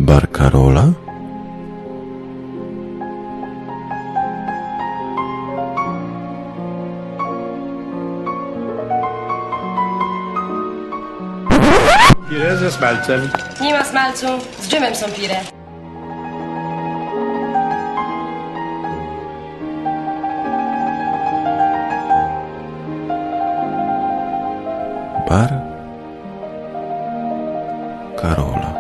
Bar Karola? Pire ze smalcem. Nie ma smalcu, z dżemem są pire. Bar Karola.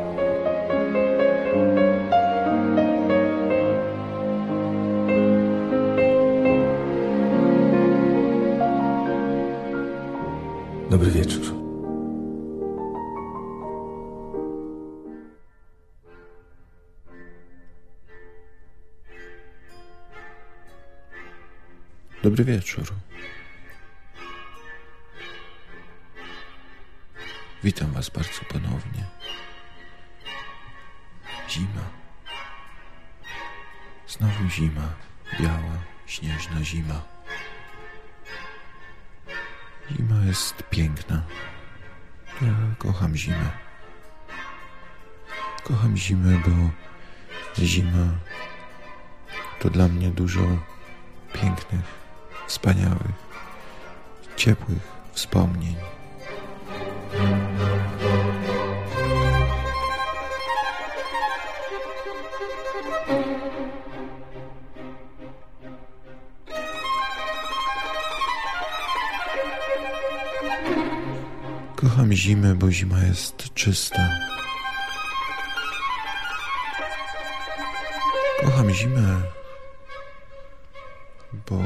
Dobry wieczór. Dobry wieczór. Witam was bardzo ponownie. Zima. Znowu zima. Biała, śnieżna zima. Zima jest piękna. Ja kocham zimę. Kocham zimę, bo zima to dla mnie dużo pięknych, wspaniałych, ciepłych wspomnień. Kocham zimę, bo zima jest czysta. Kocham zimę, bo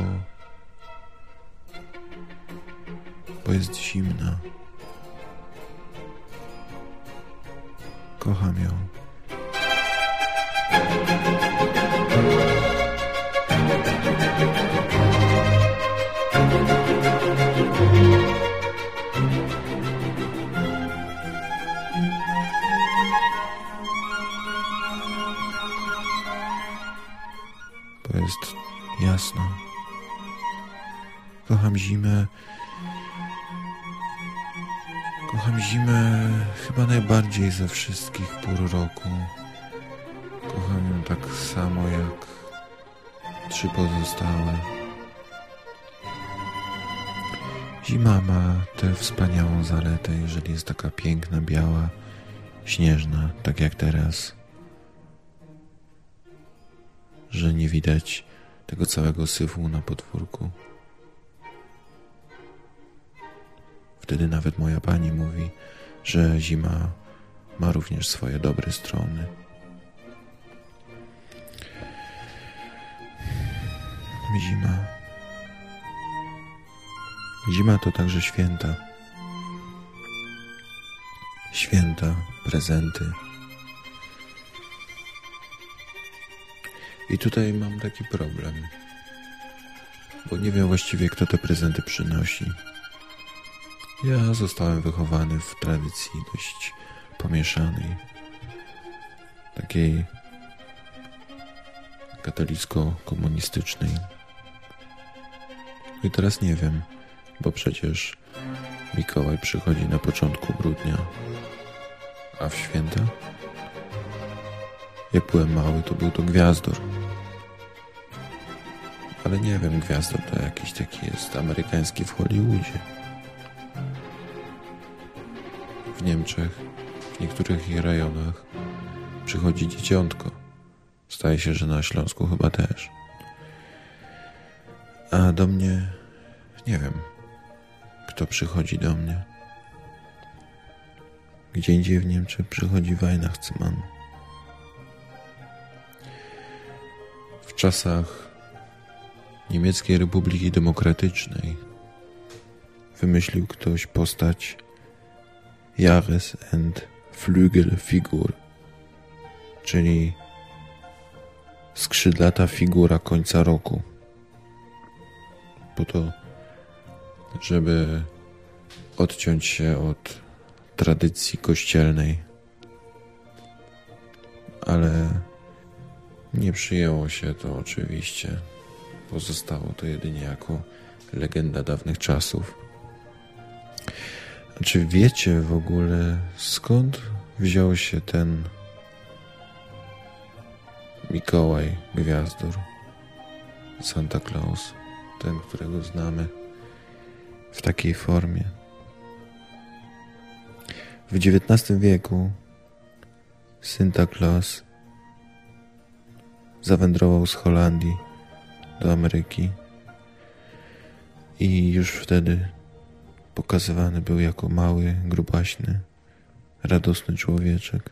jest zimna. Kocham ją. Bo jest jasno. Kocham zimę. Kocham zimę chyba najbardziej ze wszystkich pór roku. Kocham ją tak samo jak 3 pozostałe. Zima ma tę wspaniałą zaletę, jeżeli jest taka piękna, biała, śnieżna, tak jak teraz, że nie widać tego całego syfu na podwórku. Wtedy nawet moja pani mówi, że zima ma również swoje dobre strony. Zima to także święta. Święta, prezenty. I tutaj mam taki problem, bo nie wiem właściwie, kto te prezenty przynosi. Ja zostałem wychowany w tradycji dość pomieszanej, takiej katolicko-komunistycznej. I teraz nie wiem, bo przecież Mikołaj przychodzi na początku grudnia, a w święta? Jak byłem mały, to był to Gwiazdor. Ale nie wiem, Gwiazdor to jakiś taki jest amerykański w Hollywoodzie. W Niemczech, w niektórych ich rejonach przychodzi dzieciątko. Zdaje się, że na Śląsku chyba też. A do mnie nie wiem, kto przychodzi do mnie. Gdzie indziej w Niemczech przychodzi Weihnachtsmann. W czasach Niemieckiej Republiki Demokratycznej wymyślił ktoś postać Jahresendflügelfigur, czyli skrzydlata figura końca roku. Po to, żeby odciąć się od tradycji kościelnej. Ale nie przyjęło się to oczywiście. Pozostało to jedynie jako legenda dawnych czasów. A czy wiecie w ogóle, skąd wziął się ten Mikołaj Gwiazdor, Santa Claus, ten, którego znamy w takiej formie. W XIX wieku Santa Claus zawędrował z Holandii do Ameryki i już wtedy pokazywany był jako mały, grubaśny, radosny człowieczek.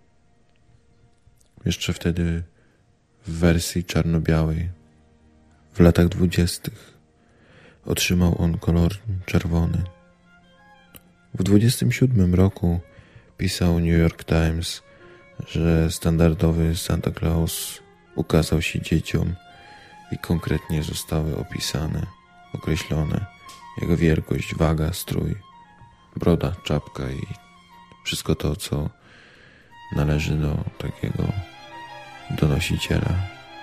Jeszcze wtedy w wersji czarno-białej. W latach 20. otrzymał on kolor czerwony. W 27 roku pisał New York Times, że standardowy Santa Claus ukazał się dzieciom i konkretnie zostały określone jego wielkość, waga, strój, broda, czapka i wszystko to, co należy do takiego donosiciela.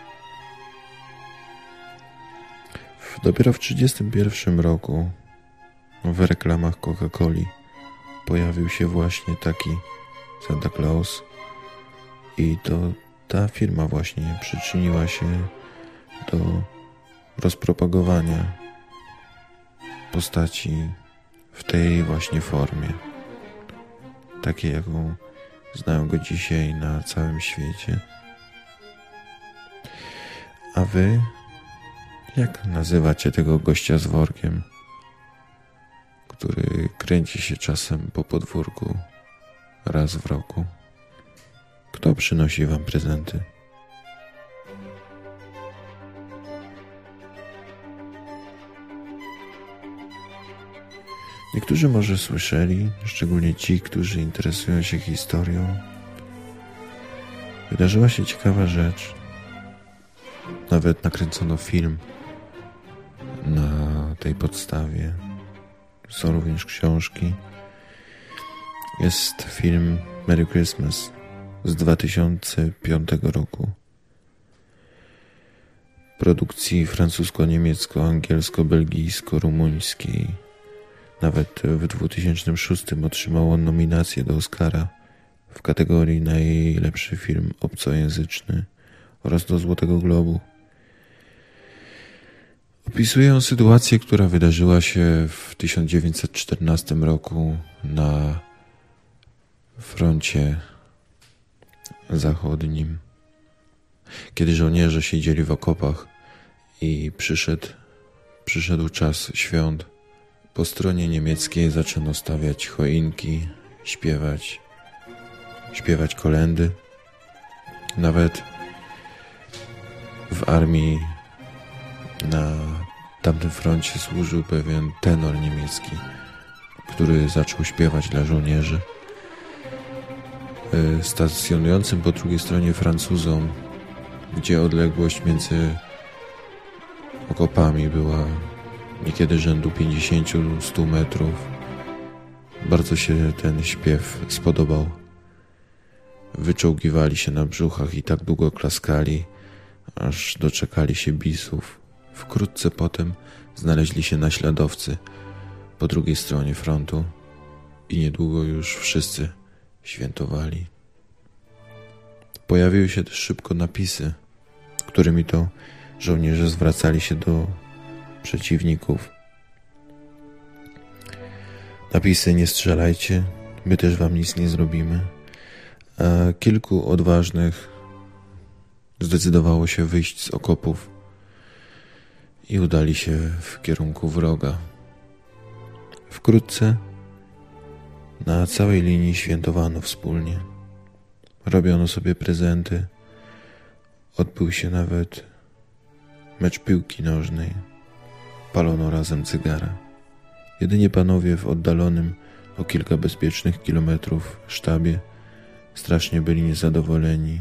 Dopiero w 1931 roku w reklamach Coca-Coli pojawił się właśnie taki Santa Claus i to ta firma właśnie przyczyniła się do rozpropagowania postaci w tej właśnie formie, takiej jaką znają go dzisiaj na całym świecie. A wy jak nazywacie tego gościa z workiem, który kręci się czasem po podwórku raz w roku? Kto przynosi wam prezenty? Niektórzy może słyszeli, szczególnie ci, którzy interesują się historią. Wydarzyła się ciekawa rzecz. Nawet nakręcono film na tej podstawie. Są również książki. Jest film Merry Christmas z 2005 roku. Produkcji francusko-niemiecko-angielsko-belgijsko-rumuńskiej. Nawet w 2006 otrzymał on nominację do Oscara w kategorii najlepszy film obcojęzyczny oraz do Złotego Globu. Opisuje on sytuację, która wydarzyła się w 1914 roku na froncie zachodnim, kiedy żołnierze siedzieli w okopach i przyszedł czas świąt. Po stronie niemieckiej zaczęto stawiać choinki, śpiewać kolędy. Nawet w armii na tamtym froncie służył pewien tenor niemiecki, który zaczął śpiewać dla żołnierzy. Stacjonującym po drugiej stronie Francuzom, gdzie odległość między okopami była niekiedy rzędu 50-100 metrów, bardzo się ten śpiew spodobał. Wyczołgiwali się na brzuchach i tak długo klaskali, aż doczekali się bisów. Wkrótce potem znaleźli się naśladowcy po drugiej stronie frontu i niedługo już wszyscy świętowali. Pojawiły się też szybko napisy, którymi to żołnierze zwracali się do przeciwników. Napisy: nie strzelajcie, my też wam nic nie zrobimy. A kilku odważnych zdecydowało się wyjść z okopów i udali się w kierunku wroga. Wkrótce na całej linii świętowano wspólnie. Robiono sobie prezenty. Odbył się nawet mecz piłki nożnej. Palono razem cygara. Jedynie panowie w oddalonym o kilka bezpiecznych kilometrów sztabie strasznie byli niezadowoleni,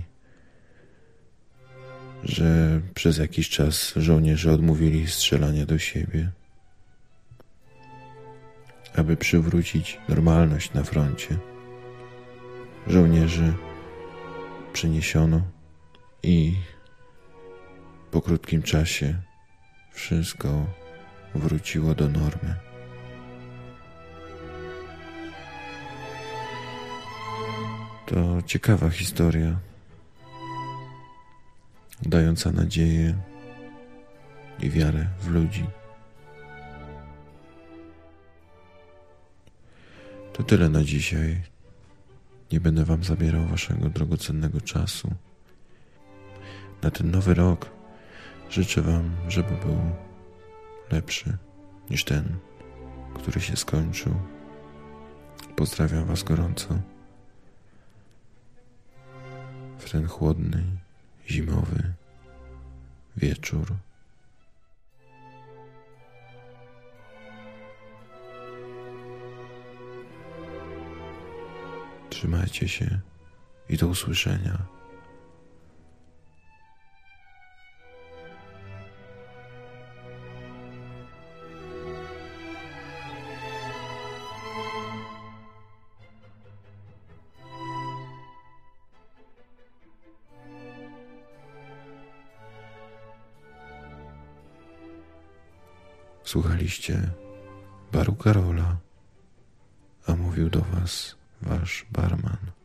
że przez jakiś czas żołnierze odmówili strzelania do siebie. Aby przywrócić normalność na froncie, żołnierzy przeniesiono i po krótkim czasie wszystko wróciło do normy. To ciekawa historia. dająca nadzieję i wiarę w ludzi. To tyle na dzisiaj. Nie będę wam zabierał waszego drogocennego czasu. Na ten nowy rok życzę wam, żeby był lepszy niż ten, który się skończył. Pozdrawiam was gorąco. W ten chłodny, zimowy wieczór. Trzymajcie się i do usłyszenia. Słuchaliście Baru Karola, a mówił do was wasz barman.